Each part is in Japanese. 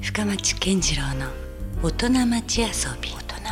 深町健次郎の大人町遊び。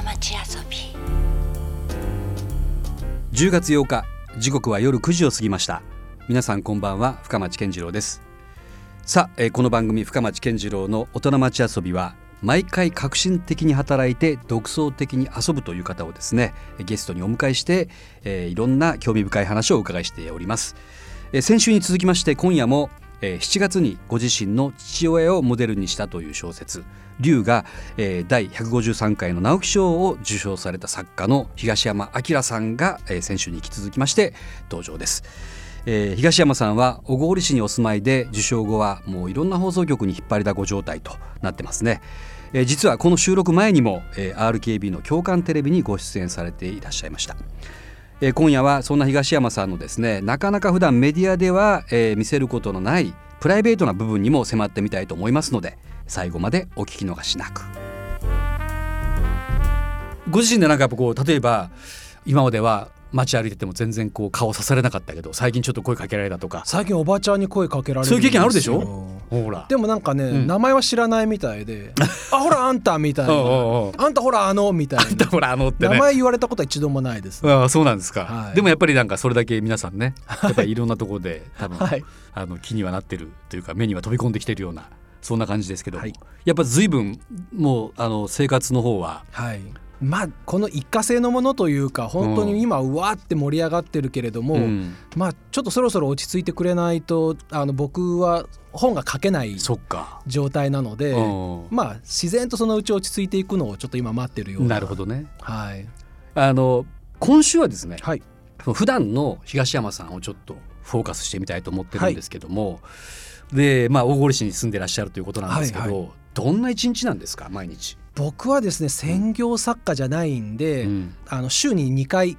10月8日、時刻は夜9時を過ぎました。皆さんこんばんは、深町健次郎です。さあ、この番組深町健次郎の大人町遊びは毎回革新的に働いて独創的に遊ぶという方をですね、ゲストにお迎えして、いろんな興味深い話をお伺いしております。先週に続きまして今夜も7月にご自身の父親をモデルにしたという小説龍が第153回の直木賞を受賞された作家の東山彰さんが先週に引き続きまして登場です。東山さんは小郡市にお住まいで、受賞後はもういろんな放送局に引っ張りだこ状態となってますね。実はこの収録前にも RKB の共感テレビにご出演されていらっしゃいました。今夜はそんな東山さんのですね、なかなか普段メディアでは見せることのないプライベートな部分にも迫ってみたいと思いますので、最後までお聞き逃しなく。ご自身でなんかやっぱこう、例えば今までは街歩いてても全然こう顔さされなかったけど、最近ちょっと声かけられたとか。 最近おばちゃんに声かけられるんですよ。 そういう経験あるでしょ。ほらでもなんかね、名前は知らないみたいであ、ほらあんたみたいなあんたほらみたいな、 あんたほらってね、 名前言われたことは一度もないです、ね。 ああ、そうなんですか、 はい。 でもやっぱりなんかそれだけ皆さんね、やっぱりいろんなところで多分、 はい、 気にはなってるというか、目には飛び込んできてるような、そんな感じですけど、 はい、 やっぱ随分もう生活の方は、 はい、まあこの一過性のものというか、本当に今うわーって盛り上がってるけれども、まあちょっとそろそろ落ち着いてくれないと僕は本が書けない状態なので、まあ自然とそのうち落ち着いていくのをちょっと今待ってるような。 なるほどね、 はい、 今週はですね、 はい、 普段の東山さんをちょっとフォーカスしてみたいと思ってるんですけども、で、大郡市に住んでらっしゃるということなんですけど、はいはい、どんな一日なんですか、毎日。 僕はですね、専業作家じゃないんで、週に2回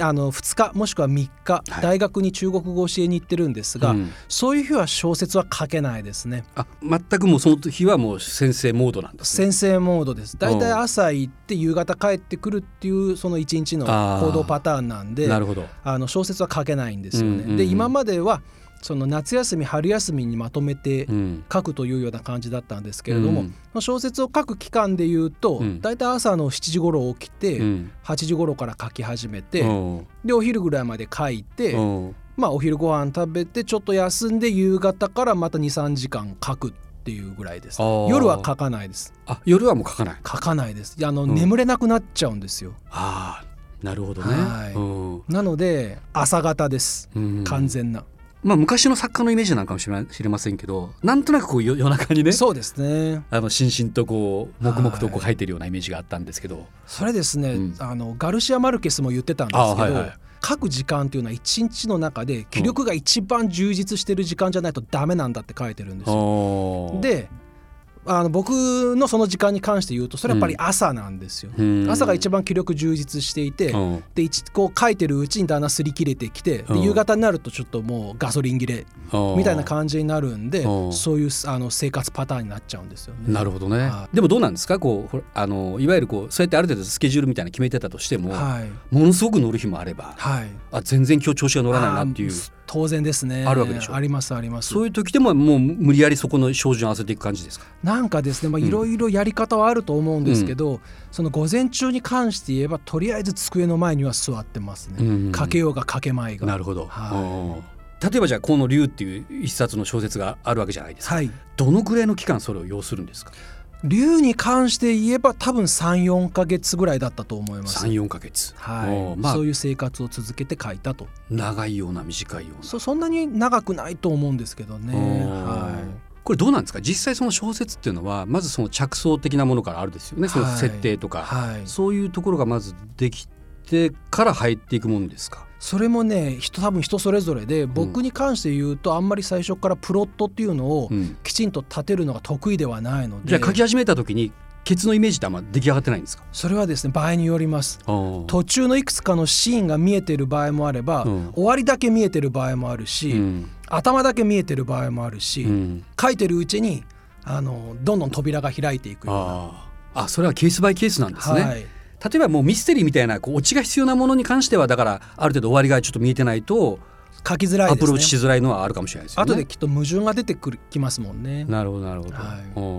2日もしくは3日、大学に中国語を教えに行ってるんですが、そういう日は小説は書けないですね。 全くもうその日はもう先生モードなんですね。 先生モードです。だいたい朝行って夕方帰ってくるっていうその一日の行動パターンなんで、 なるほど、 小説は書けないんですよね。で、今まではその夏休み春休みにまとめて書くというような感じだったんですけれども、小説を書く期間でいうと、だいたい朝の7時頃起きて、8時頃から書き始めて、でお昼ぐらいまで書いて、お昼ご飯食べてちょっと休んで、夕方からまた 2,3 時間書くっていうぐらいです。夜は書かないです。 夜はもう書かないです。眠れなくなっちゃうんですよ。 なるほどね、 はい、なので朝方です、完全な。 昔の作家のイメージなのかもしれませんけど、なんとなくこう夜中にね、 そうですね、 しんしんとこう黙々とこう書いてるようなイメージがあったんですけど、 それですね、ガルシア・マルケスも言ってたんですけど、書く時間っていうのは一日の中で気力が一番充実してる時間じゃないとダメなんだって書いてるんですよ。で、僕のその時間に関して言うと、それはやっぱり朝なんですよ、朝が一番気力充実していて、でこう書いてるうちにだんだん擦り切れてきて、で夕方になるとちょっともうガソリン切れみたいな感じになるんで、そういう生活パターンになっちゃうんですよね。 なるほどね。でもどうなんですか、こういわゆるこうそうやってある程度スケジュールみたいな決めてたとしても、ものすごく乗る日もあれば、全然今日調子が乗らないなっていう当然ですね、 あるわけでしょ。 ありますあります。 そういう時でももう無理やりそこの照準を合わせていく感じですか。 なんかですね、いろいろやり方はあると思うんですけど、その午前中に関して言えば、とりあえず机の前には座ってますね、書けようが書けまいが。 なるほど、例えばじゃあこの龍っていう一冊の小説があるわけじゃないですか、どのぐらいの期間それを要するんですか。 龍に関して言えば多分 3,4 ヶ月ぐらいだったと思います。 3,4 ヶ月、 そういう生活を続けて書いたと。 長いような短いような、 そんなに長くないと思うんですけどね。 これどうなんですか、実際その小説っていうのはまずその着想的なものからあるですよね、その設定とか、そういうところがまずできてから入っていくもんですか。 それもね、多分人それぞれで、僕に関して言うとあんまり最初からプロットっていうのをきちんと立てるのが得意ではないので、 じゃあ書き始めた時にケツのイメージってあんま出来上がってないんですか。 それはですね、場合によります。途中のいくつかのシーンが見えてる場合もあれば、終わりだけ見えてる場合もあるし、頭だけ見えてる場合もあるし、書いてるうちにどんどん扉が開いていくような。 それはケースバイケースなんですね。例えばもうミステリーみたいなこうオチが必要なものに関しては、だからある程度終わりがちょっと見えてないと書きづらいですね。 アプローチしづらいのはあるかもしれないですよね。 後できっと矛盾が出てきますもんね。 なるほどなるほど、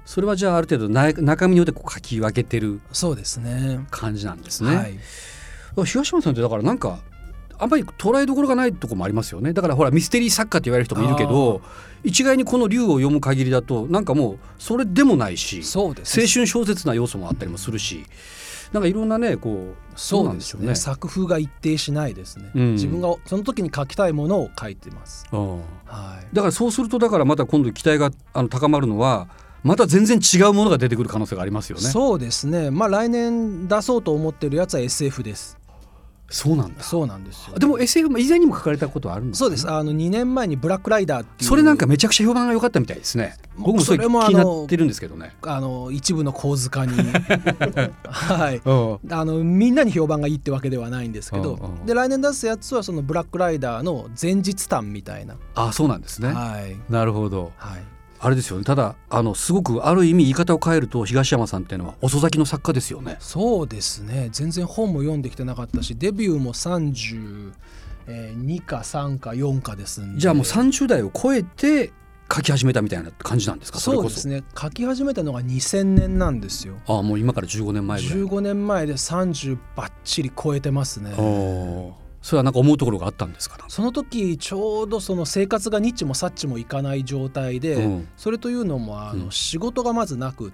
それはじゃあある程度中身によってこう書き分けてるそうですね感じなんですね。 はい、 東山さんってだからなんかあんまり捉えどころがないところもありますよね。だからほらミステリー作家って言われる人もいるけど、一概にこの龍を読む限りだとなんかもうそれでもないし、 そうです青春小説な要素もあったりもするし、なんかいろんなねこうそうなんでしょうね。 作風が一定しないですね、自分がその時に書きたいものを書いてます。はい、 だからそうするとだからまた今度期待が高まるのはまた全然違うものが出てくる可能性がありますよね。 そうですね、来年出そうと思ってるやつは SF です。 そうなんだ。 そうなんですよ。 でも SF も以前にも書かれたことはあるんですか？ そうです。2年前にブラックライダーっていう、 それなんかめちゃくちゃ評判が良かったみたいですね。僕もそれ気になってるんですけどね。 一部の構図化にはい、みんなに評判がいいってわけではないんですけど、で来年出すやつはそのブラックライダーの前日譚みたいな。 そうなんですね。 はい、 なるほど。 はい、 あれですよね。ただすごくある意味言い方を変えると東山さんっていうのは遅咲きの作家ですよね。 そうですね。全然本も読んできてなかったし、デビューも32か3か4かですんで。 じゃあもう30代を超えて書き始めたみたいな感じなんですか？ そうですね。書き始めたのが2000年なんですよ。 もう今から15年前ぐらい。 15年前で30バッチリ超えてますね。 それはなんか思うところがあったんですか？ その時ちょうどその生活がニッチもサッチもいかない状態で、それというのも仕事がまずなくって、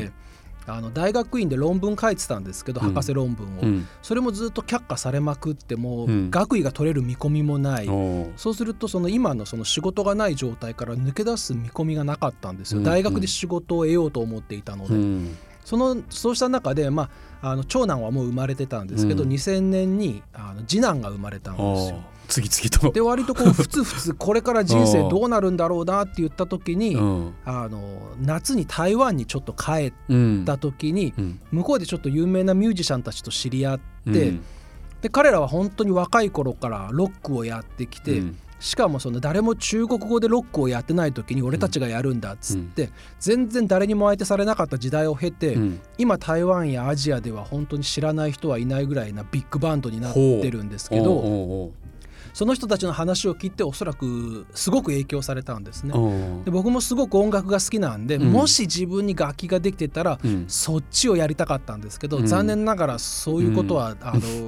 大学院で論文書いてたんですけど、博士論文を、それもずっと却下されまくって、もう学位が取れる見込みもない、そうすると今のその仕事がない状態から抜け出す見込みがなかったんですよ。大学で仕事を得ようと思っていたので、そうした中で、長男はもう生まれてたんですけど、2000年に次男が生まれたんですよ。 次々と。 で割とこうふつふつこれから人生どうなるんだろうなって言った時に、夏に台湾にちょっと帰った時に、向こうでちょっと有名なミュージシャンたちと知り合って、で彼らは本当に若い頃からロックをやってきて、しかも誰も中国語でロックをやってない時に俺たちがやるんだっつって、全然誰にも相手されなかった時代を経て、今台湾やアジアでは本当に知らない人はいないぐらいなビッグバンドになってるんですけど、その人たちの話を聞いておそらくすごく影響されたんですね。で僕もすごく音楽が好きなんで、もし自分に楽器ができてたら、そっちをやりたかったんですけど、残念ながらそういうことは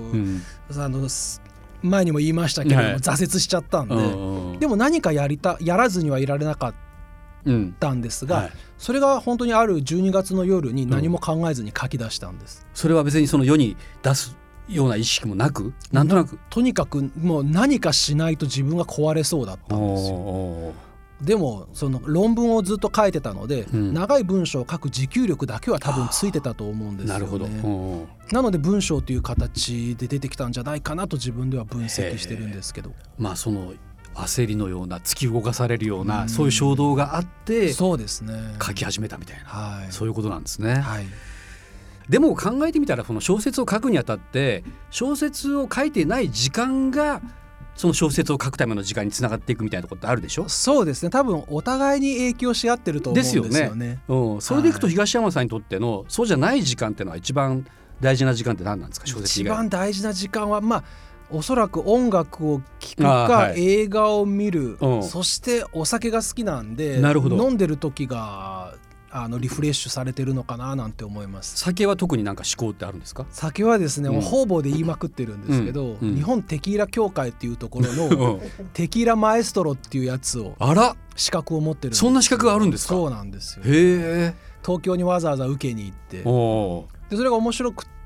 前にも言いましたけども、挫折しちゃったんで、でも何かやらずにはいられなかったんですが、それが本当にある12月の夜に何も考えずに書き出したんです。 それは別にその世に出すような意識もなく、なんとなくとにかくもう何かしないと自分が壊れそうだったんですよ。でもその論文をずっと書いてたので、長い文章を書く持久力だけは多分ついてたと思うんですよね。なるほど。なので文章という形で出てきたんじゃないかなと自分では分析してるんですけど、 その焦りのような突き動かされるような、そういう衝動があって、 そうですね、 書き始めたみたいな、そういうことなんですね。 はい、 でも考えてみたら、その小説を書くにあたって小説を書いてない時間がその小説を書くための時間につながっていくみたいなところってあるでしょ。 そうですね、多分お互いに影響し合ってると思うんですよね。 ですよね。それでいくと東山さんにとってのそうじゃない時間っていうのは一番大事な時間って何なんですか？小説以外。 一番大事な時間はおそらく音楽を聴くか、映画を見る、そしてお酒が好きなんで、飲んでる時がリフレッシュされてるのかななんて思います。 酒は特になんか嗜好ってあるんですか？ 酒はですね、方々で言いまくってるんですけど、日本テキーラ協会っていうところのテキーラマエストロっていうやつを資格を持ってるんです。 そんな資格があるんですか？ そうなんですよ。 へー。 東京にわざわざ受けに行って、でそれが面白くって、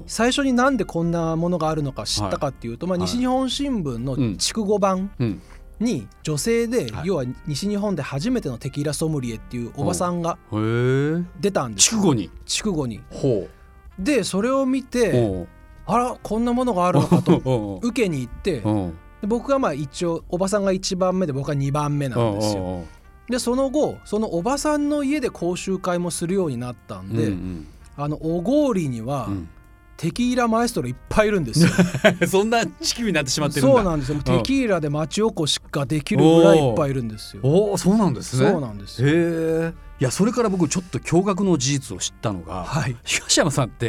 最初になんでこんなものがあるのか知ったかっていうと、西日本新聞の筑後版に女性で、要は西日本で初めてのテキーラソムリエっていうおばさんが出たんです。 筑後に。 でそれを見て、あらこんなものがあるのかと受けに行って、で僕が一応おばさんが1番目で僕は2番目なんですよ。でその後そのおばさんの家で講習会もするようになったんで、小郡にはテキーラマエストロいっぱいいるんですよ。 そんな地球になってしまってるんだ。 そうなんですよ。テキーラで町おこしができるぐらいいっぱいいるんですよ。 そうなんですね。 そうなんですよ。 へえ。いやそれから僕ちょっと驚愕の事実を知ったのが、東山さんって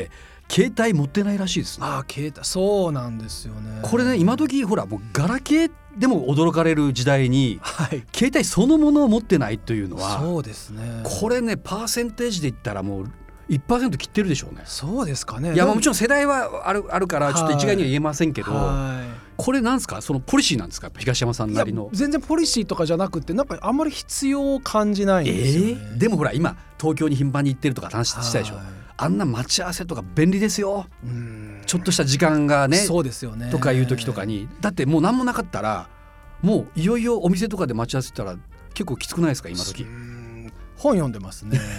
携帯持ってないらしいですね。 携帯そうなんですよね。 これね今時ほらもうガラケーでも驚かれる時代に、 はい、 携帯そのものを持ってないというのはそうですね。 これねパーセンテージで言ったらもう 1% 切ってるでしょうね。 そうですかね。 いやもちろん世代はあるからちょっと一概には言えませんけど、これなんですかそのポリシーなんですか東山さんなりの。 全然ポリシーとかじゃなくてなんかあんまり必要を感じないんですよね。 でもほら今東京に頻繁に行ってるとか話したでしょ。あんな待ち合わせとか便利ですよ。ちょっとした時間がねそうですよねとかいう時とかにだってもう何もなかったらもういよいよお店とかで待ち合わせたら結構きつくないですか今時。 本読んでますね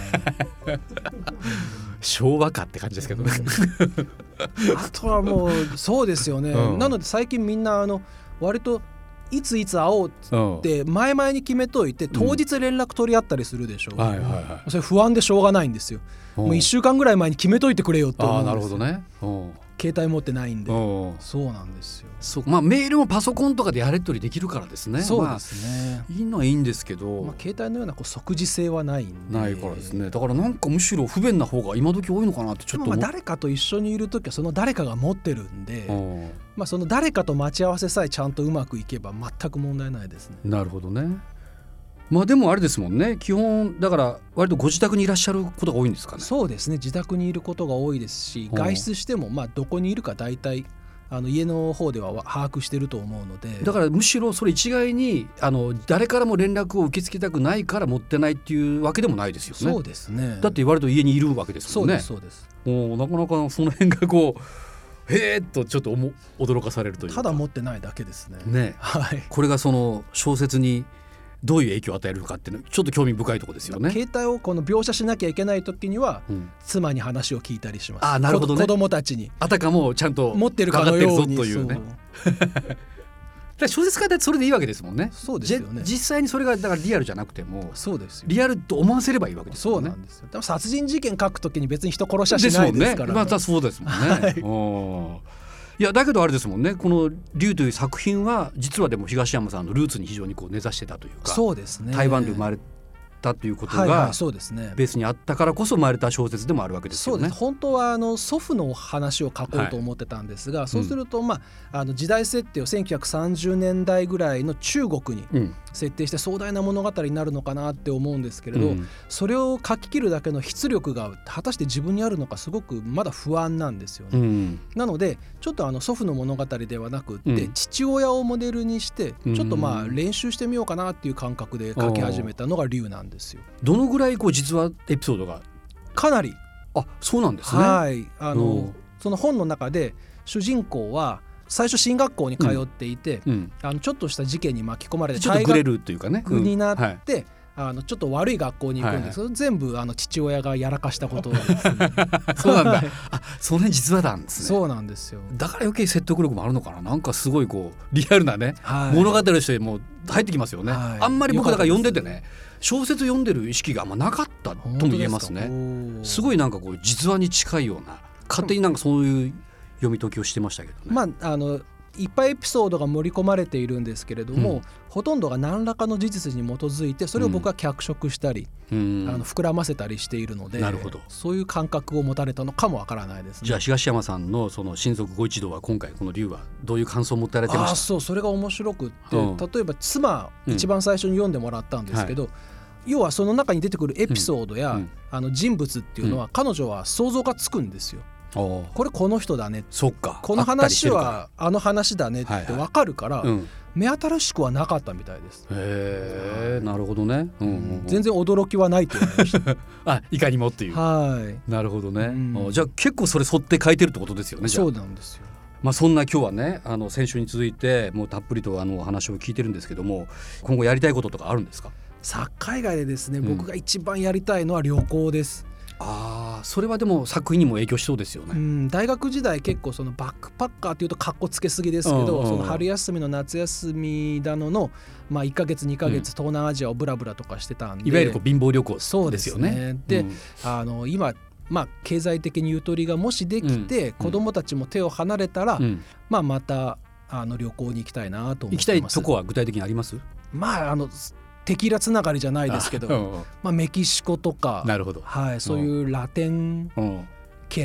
昭和かって感じですけどねあとはもうそうですよね、なので最近みんな割といつ会おうって前々に決めといて当日連絡取り合ったりするでしょ、それ不安でしょうがないんですよ。もう1週間ぐらい前に決めといてくれよって思うんですよ。 なるほどね。 携帯持ってないんでそうなんですよ。 メールもパソコンとかでやり取りできるからですね。 そうですね、 いいのはいいんですけど、 携帯のような即時性はないんでないからですね。だからなんかむしろ不便な方が今時多いのかなってちょっと誰かと一緒にいるときはその誰かが持ってるんで、その誰かと待ち合わせさえちゃんとうまくいけば全く問題ないですね。 なるほどね。でもあれですもんね基本だから割とご自宅にいらっしゃることが多いんですかね。 そうですね自宅にいることが多いですし外出してもどこにいるか大体家の方では把握してると思うのでだからむしろそれ一概に誰からも連絡を受け付けたくないから持ってないっていうわけでもないですよね。 そうですね。 だって割と家にいるわけですもんね。 そうですなかなかその辺がこうへーっとちょっと驚かされるというかただ持ってないだけですね。はい、 これがその小説にどういう影響を与えるのかっていうのちょっと興味深いところですよね。 携帯をこの描写しなきゃいけない時には、妻に話を聞いたりします。 なるほどね。 子供たちにあたかもちゃんと持ってるかのようにというねだ小説家ってそれでいいわけですもんね。 そうですよね。 実際にそれがだからリアルじゃなくてもそうですよ。 リアルと思わせればいいわけですよね。 そうなんですよ。でも殺人事件書くときに別に人殺しゃしないですからね。 またそうですもんね。いやだけどあれですもんねこの竜という作品は実はでも東山さんのルーツに非常にこう根ざしてたというかそうですね台湾で生まれたということがそうですねベースにあったからこそ生まれた小説でもあるわけですよね。 そうです。本当は祖父の話を書こうと思ってたんですが、そうすると時代設定を1930年代ぐらいの中国に設定して壮大な物語になるのかなって思うんですけれど、それを書き切るだけの筆力が果たして自分にあるのかすごくまだ不安なんですよね。なのでちょっと祖父の物語ではなくって父親をモデルにしてちょっと練習してみようかなっていう感覚で書き始めたのが竜なんですよ。 どのぐらい実はエピソードがかなりそうなんですね。 はいその本の中で主人公は最初進学校に通っていて、ちょっとした事件に巻き込まれてちょっとグレるというかねになって、ちょっと悪い学校に行くんですけど、全部父親がやらかしたことですねそうなんだその辺実話なんですね。 そうなんですよ。 だから余計説得力もあるのかな。なんかすごいリアルなね、物語としてもう入ってきますよね。あんまり僕だから読んでてね小説読んでる意識があんまなかったとも言えますね。すごいなんか実話に近いような勝手になんかそういう読み解きをしてましたけどね。 いっぱいエピソードが盛り込まれているんですけれども、ほとんどが何らかの事実に基づいてそれを僕は脚色したり、膨らませたりしているので、 なるほどそういう感覚を持たれたのかもわからないですね。 じゃあ東山さんのその親族ご一同は今回この竜はどういう感想を持ってられてました？ それが面白くって、例えば妻、一番最初に読んでもらったんですけど、要はその中に出てくるエピソードや、人物っていうのは、彼女は想像がつくんですよ。これこの人だね、 そっか、 この話はあの話だねって分かるから、目新しくはなかったみたいです。 へえ、なるほどね、 全然驚きはないと思いましたいかにもっていう。なるほどね、じゃあ結構それ沿って書いてるってことですよね。 そうなんですよ。 そんな今日はね先週に続いてもうたっぷりとお話を聞いてるんですけども、今後やりたいこととかあるんですか？ 作家以外でですね、僕が一番やりたいのは旅行です。 それはでも作品にも影響しそうですよね。 大学時代結構そのバックパッカーっていうとかっこつけすぎですけど、その春休みの夏休みだの1ヶ月2ヶ月東南アジアをブラブラとかしてたんで、 いわゆる貧乏旅行ですよね。 で、今経済的にゆとりがもしできて、子どもたちも手を離れたら、また旅行に行きたいなと思ってます。 行きたいとこは具体的にあります？ テキーラつながりじゃないですけど、メキシコとか、 なるほど、 そういうラテン圏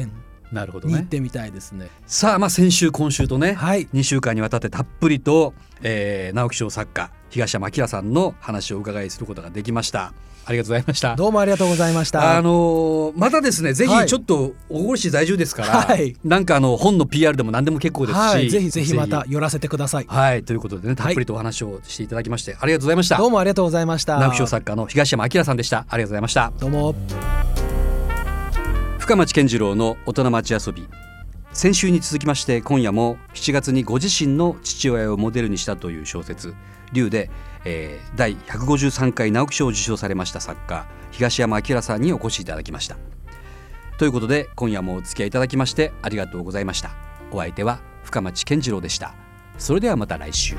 なるほどに行ってみたいですね。 さあ、先週今週とね、 はい、 2週間にわたってたっぷりと、直木賞作家東山彰さんの話をお伺いすることができました。ありがとうございました。 どうもありがとうございました。 またですね、ぜひちょっとおごるし在住ですから、はい、なんか本の PR でも何でも結構ですし、 はい、ぜひぜひまた寄らせてください。 はい、ということでね、たっぷりとお話をしていただきまして、ありがとうございました。 どうもありがとうございました。 直木賞作家の東山彰さんでした。ありがとうございました。 どうも。 深町健次郎の大人町遊び、先週に続きまして今夜も7月にご自身の父親をモデルにしたという小説龍で、第153回直木賞を受賞されました作家東山彰さんにお越しいただきました。ということで今夜もお付き合いいただきましてありがとうございました。お相手は深町健次郎でした。それではまた来週。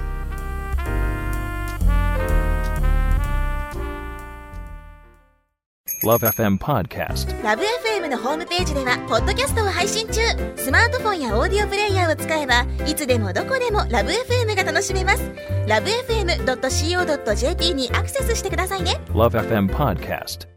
LoveFM Podcast。LoveFM のホームページではポッドキャストを配信中。スマートフォンやオーディオプレイヤーを使えばいつでもどこでも LoveFM が楽しめます。LoveFM.co.jp にアクセスしてくださいね。LoveFM Podcast。